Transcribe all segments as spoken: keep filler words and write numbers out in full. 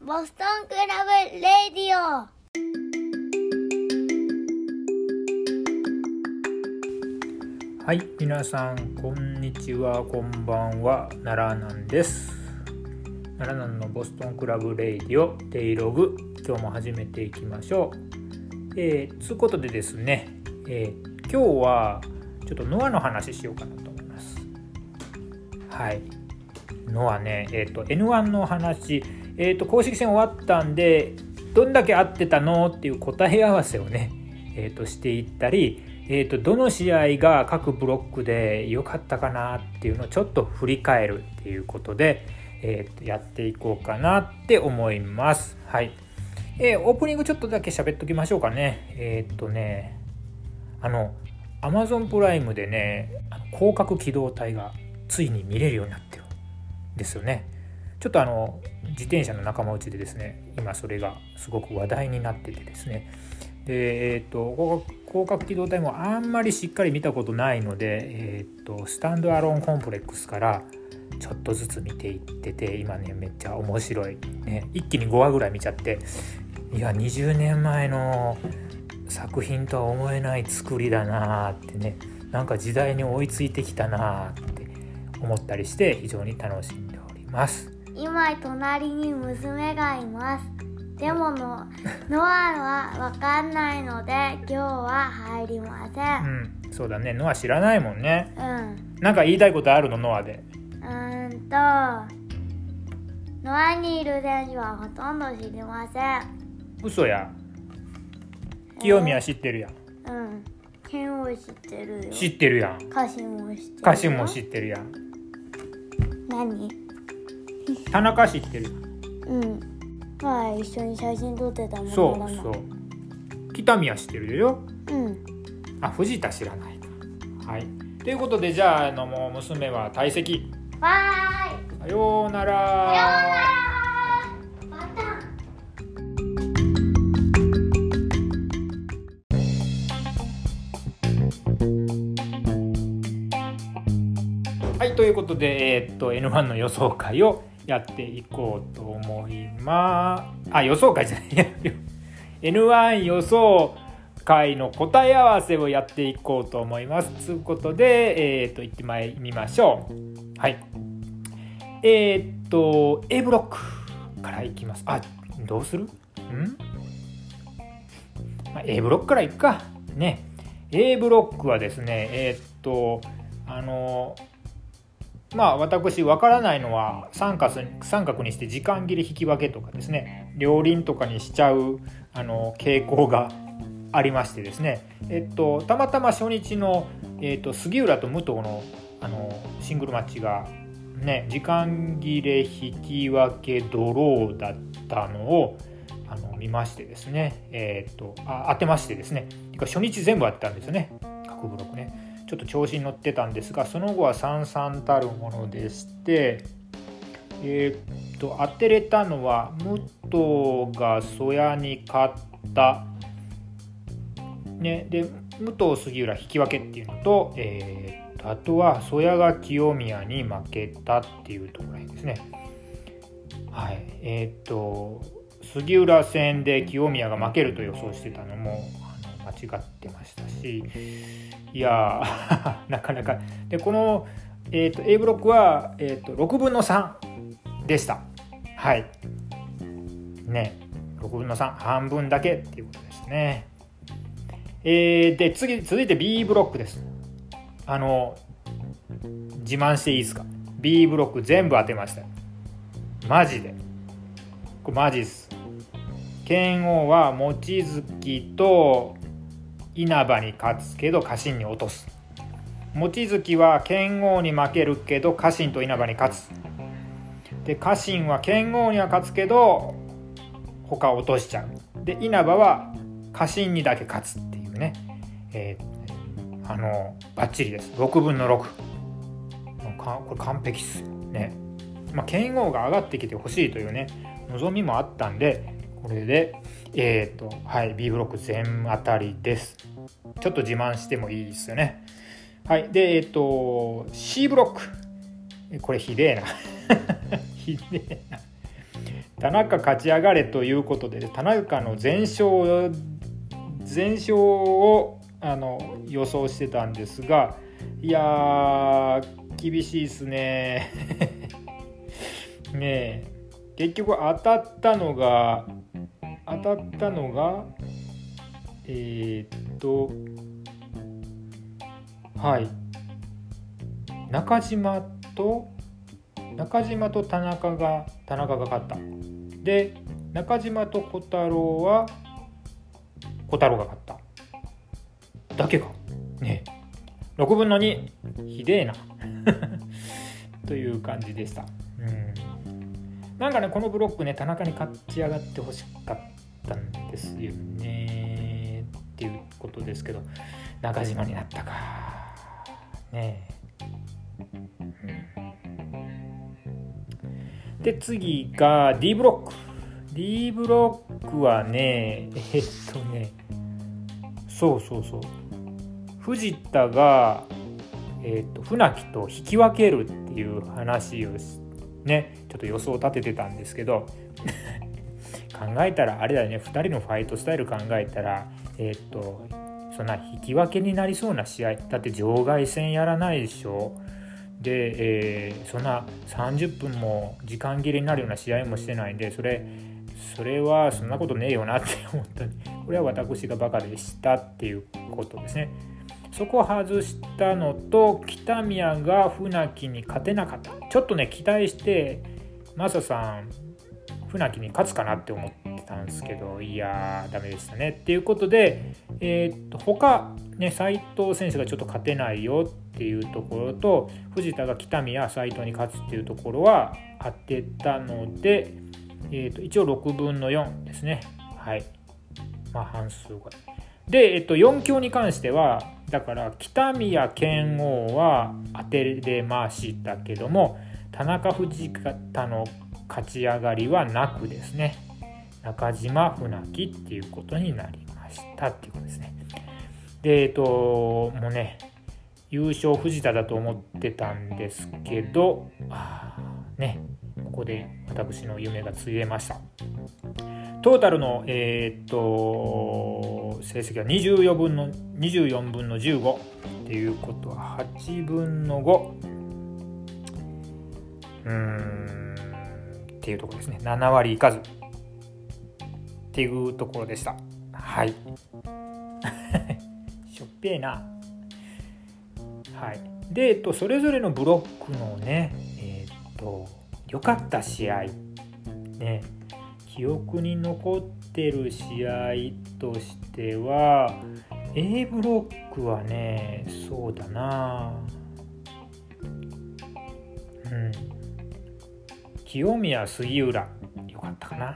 ボストンクラブレディオ。 はい、皆さんこんにちは、こんばんは。奈良南です。奈良南のボストンクラブレディオデイログ、今日も始めていきましょう。えー、つうことでですね、えー、今日はちょっとノアの話しようかなと思います。はい、ノアね、えーと エヌワン の話、えーと公式戦終わったんで、どんだけ合ってたのっていう答え合わせをね、えーとしていったり、えーとどの試合が各ブロックで良かったかなっていうのをちょっと振り返るっていうことで、えーとやっていこうかなって思います。はい、えー、オープニングちょっとだけ喋っときましょうかね。えーとねあの Amazon プライムでね、広角機動隊がついに見れるようになってるんですよね。ちょっとあの自転車の仲間内でですね、今それがすごく話題になっててですね、で、えー、と広角機動隊もあんまりしっかり見たことないので、えー、とスタンドアローンコンプレックスからちょっとずつ見ていってて、今ねめっちゃ面白い、ね、一気にごわぐらい見ちゃって、いやにじゅうねんまえの作品とは思えない作りだなってね、なんか時代に追いついてきたなって思ったりして非常に楽しんでおります。 今隣に娘がいます。でものノアは分かんないので今日は入りません。 うん、そうだね、ノア知らないもんね。 うんなんか言いたいことあるの、ノアで。 うーんとノアにいる選手はほとんど知りません。 嘘や。清宮知ってるやん。 うん剣を知ってるよ。 知ってるやん。 歌詞も知ってるよ。 歌詞も知ってるやん。 何？ 田中知ってる。 うんまあ一緒に写真撮ってたもん。 そうそう。北宮知ってるよ。 うんあ、藤田知らないか。はい。ということで、じゃあ、あのもう娘は退席。 バイ。 さようなら。 さようなら。また。 はい、ということで、えー、っと エヌワン の予想会をやっていこうと思います。あ、予想会じゃないやエヌワン 予想会の答え合わせをやっていこうと思います。ということで、えー、っと行ってまいりましょう。はい。えー、っと A ブロックからいきます。あ、どうする？ん？まあ、A ブロックからいくかね。A ブロックはですね、えー、っとあのまあ私分からないのは三角、三角にして時間切れ引き分けとかですね、両輪とかにしちゃうあの傾向がありましてですね、えっとたまたま初日の、えっと、杉浦と武藤の、あのシングルマッチがね、時間切れ引き分けドローだったのをあの見ましてですね、えっとあ当てましてですね、初日全部当てたんですよね、各ブロックね。ちょっと調子に乗ってたんですが、その後はさんさんたるものでして、えー、っと当てれたのは武藤が曽谷に勝った、ね、で武藤杉浦引き分けっていうのと、えー、っとあとは曽谷が清宮に負けたっていうところですね。はい、えー、っと杉浦戦で清宮が負けると予想してたのも間違ってましたし、いやなかなかで、この、えー、と A ブロックは、えー、とろくぶんのさんでした。はいね、ろくぶんのさん、半分だけっていうことですね。えー、で次続いて B ブロックです。あの自慢していいですか？ B ブロック全部当てました。マジでこれマジです。剣王は望月と稲葉に勝つけど家臣に落とす。望月は剣王に負けるけど家臣と稲葉に勝つ。で家臣は剣王には勝つけど他を落としちゃう。で稲葉は家臣にだけ勝つっていうね、えー、あのバッチリです。ろくぶんのろく、これ完璧っすね。まあ、剣王が上がってきてほしいというね望みもあったんで、これでえーとはい、B ブロック全当たりです。ちょっと自慢してもいいですよね。はい、で、えーと C ブロック、これひでえなひでえな田中勝ち上がれということで、田中の全勝全勝をあの予想してたんですが、いやー厳しいですねねえ、結局当たったのが当たったのがえー、っとはい中島と中島と田中が田中が勝った。で中島と小太郎は小太郎が勝っただけかね。ろくぶんのにひでえなという感じでした。うん、なんかねこのブロックね田中に勝ち上がってほしかったんですよねっていうことですけど、中島になったかねえ、うん、で次が D ブロック D ブロックはねえっとねそうそうそう藤田が、えー、と船木と引き分けるっていう話をねちょっと予想を立ててたんですけど考えたらあれだよね、ふたりのファイトスタイル考えたらえっ、ー、とそんな引き分けになりそうな試合だって場外戦やらないでしょ。で、えー、そんなさんじゅっぷんも時間切れになるような試合もしてないんで、それそれはそんなことねえよなって思った。これは私がバカでしたっていうことですね。そこを外したのと、北宮が船木に勝てなかった。ちょっとね期待してマサさん船木に勝つかなって思ってたんですけど、いやーダメでしたねっていうことで、えー、っと他ね斉藤選手がちょっと勝てないよっていうところと、藤田が北宮斉藤に勝つっていうところは当てたので、えー、と一応ろくぶんのよんですね。はい、まあ半数がで、えっと、よん強に関してはだから北宮拳王は当てれましたけども、田中藤田の勝ち上がりはなくですね、中島船木っていうことになりましたっていうことですね。でえっともうね優勝藤田だと思ってたんですけど、あねここで私の夢がついえました。トータルの、えー、っと成績はにじゅうよんぶんのにじゅうよんぶんのじゅうごっていうことははちぶんのごうーんっていうところですね。ななわりいかずっていうところでした。はいしょっぺーな。はい。で、えっと、それぞれのブロックのねえー、っと良かった試合ね、記憶に残ってる試合としては A ブロックはねそうだなうん清宮杉浦よかったかな。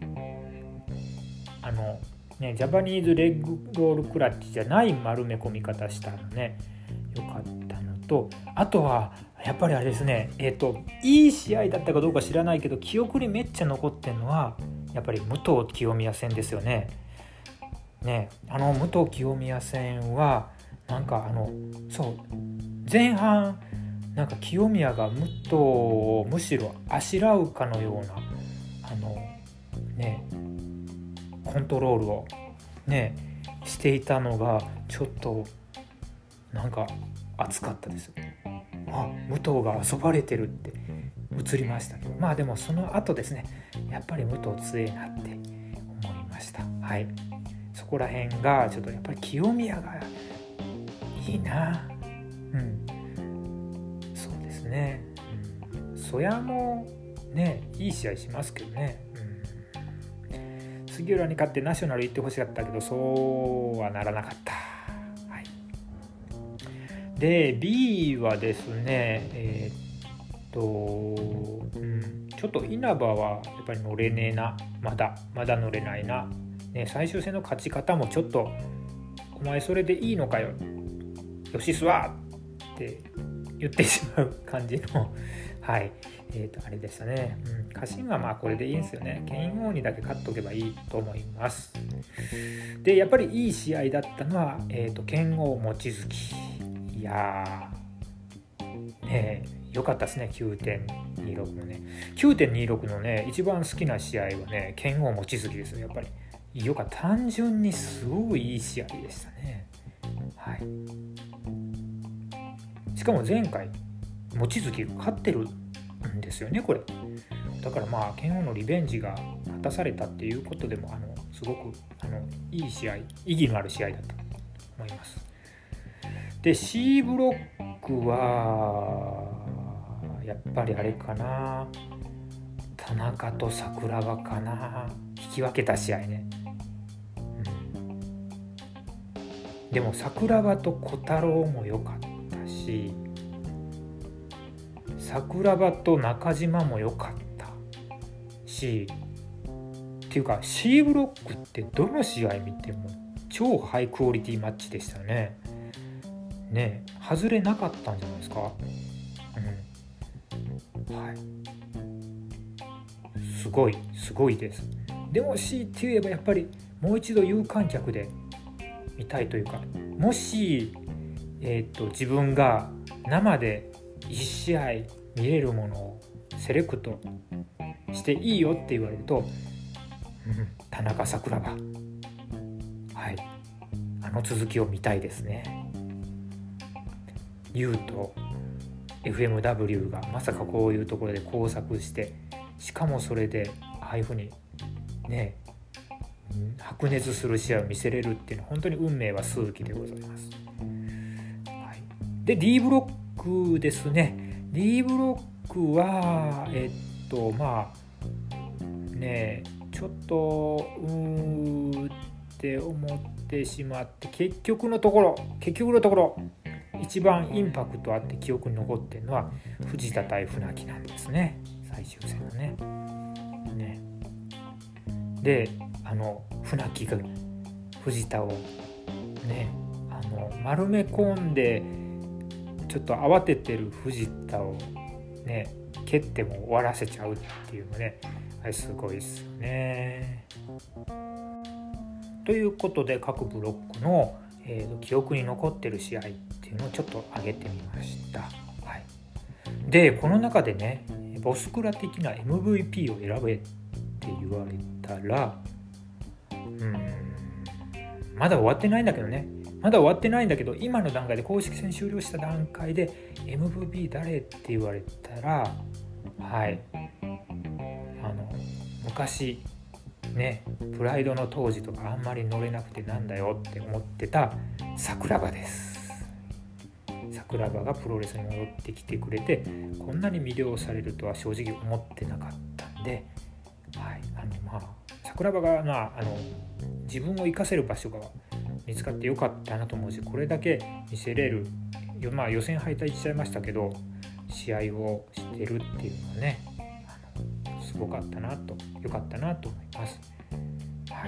あのねジャパニーズレッグロールクラッチじゃない丸め込み方したのねよかったのと、あとはやっぱりあれですね、えっといい試合だったかどうか知らないけど記憶にめっちゃ残ってるのはやっぱり武藤清宮戦ですよね。ね、あの武藤清宮戦はなんかあのそう前半なんか清宮が武藤をむしろあしらうかのようなあのねコントロールをねしていたのがちょっとなんか熱かったです。あ、武藤が遊ばれてるって映りましたけど、まあでもその後ですねやっぱり武藤強えなって思いました。はい、そこら辺がちょっとやっぱり清宮がいいな。うんそうですね、うん、曽谷もねいい試合しますけどね、うん、杉浦に勝ってナショナル行ってほしかったけどそうはならなかった。で B はですねえー、っと、うん、ちょっと稲葉はやっぱり乗れねえな、まだまだ乗れないな、ね、最終戦の勝ち方もちょっとお前それでいいのかよよしすわって言ってしまう感じのはいえー、とあれでしたね、うん、家臣はまあこれでいいんですよね。剣王にだけ勝っとけばいいと思います。でやっぱりいい試合だったのは、えー、と剣王望月、いやーね良かったですね。 きゅうてんにろく のね きゅうてんにろく のね一番好きな試合はね剣王望月ですよ。やっぱりよかった。単純にすごいいい試合でしたね。はい。しかも前回望月が勝ってるんですよねこれ。だからまあ剣王のリベンジが果たされたっていうことでもあのすごくあのいい試合、意義のある試合だったと思います。で C ブロックはやっぱりあれかな、田中と桜庭かな、引き分けた試合ね、うん、でも桜庭と小太郎も良かったし、桜庭と中島も良かったし、っていうか C ブロックってどの試合見ても超ハイクオリティマッチでしたね。ねえ、外れなかったんじゃないですか。うん、はい。すごいすごいです。でも C って言えばやっぱりもう一度有観客で見たいというか、もし、えー、と自分が生でいち試合見れるものをセレクトしていいよって言われると、うん、田中桜庭、はい、あの続きを見たいですね。ユーと エフエムダブリュー がまさかこういうところで交錯して、しかもそれでああいうふうにね白熱する試合を見せれるっていうのは本当に運命は数奇でございます。はい、で D ブロックですね。 D ブロックはえっとまあねちょっとうーって思ってしまって、結局のところ結局のところ一番インパクトあって記憶に残ってるのは藤田対船木なんですね、最終戦の ね, ねであの船木が藤田をねあの丸め込んでちょっと慌ててる藤田をね蹴っても終わらせちゃうっていうのね、あれすごいですよね。ということで各ブロックの、えー、記憶に残ってる試合っていうのをちょっと挙げてみました。はい、でこの中でねボスクラ的な エムブイピー を選べって言われたら、うーんまだ終わってないんだけどねまだ終わってないんだけど今の段階で公式戦終了した段階で エムブイピー 誰って言われたら、はいあの昔ねプライドの当時とかあんまり乗れなくてなんだよって思ってた桜庭です。桜庭がプロレスに戻ってきてくれてこんなに魅了されるとは正直思ってなかったんで、はい、あのまあ桜庭が、まあ、あの自分を生かせる場所が見つかってよかったなと思うし、これだけ見せれる、まあ、予選敗退しちゃいましたけど試合をしてるっていうのはねあのすごかったなとよかったなと思います。はい、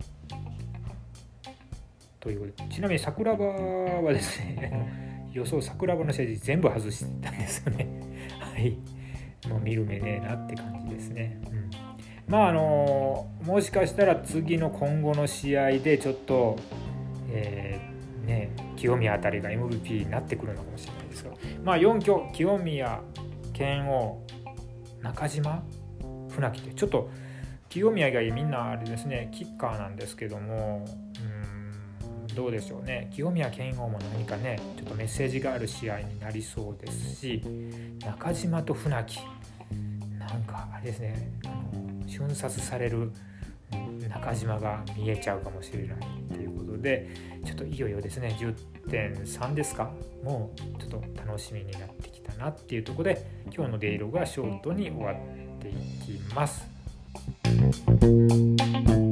ということで、ちなみに桜庭はですね予想桜庭の試合で全部外してたんですよね。はい、もう見る目ねえなって感じですね。うん、まああのもしかしたら次の今後の試合でちょっと、えー、ね清宮あたりが エムブイピー になってくるのかもしれないですが、まあよん強清宮、拳王、中島、船木ってちょっと清宮以外みんなあれですねキッカーなんですけども、うーんどうでしょうね。清宮拳王も何かねちょっとメッセージがある試合になりそうですし、中島と船木なんかあれですねあの瞬殺される中島が見えちゃうかもしれないということで、ちょっといよいよですね じゅってんさん ですか、もうちょっと楽しみになってきたなっていうところで今日のデイロがショートに終わっていきます。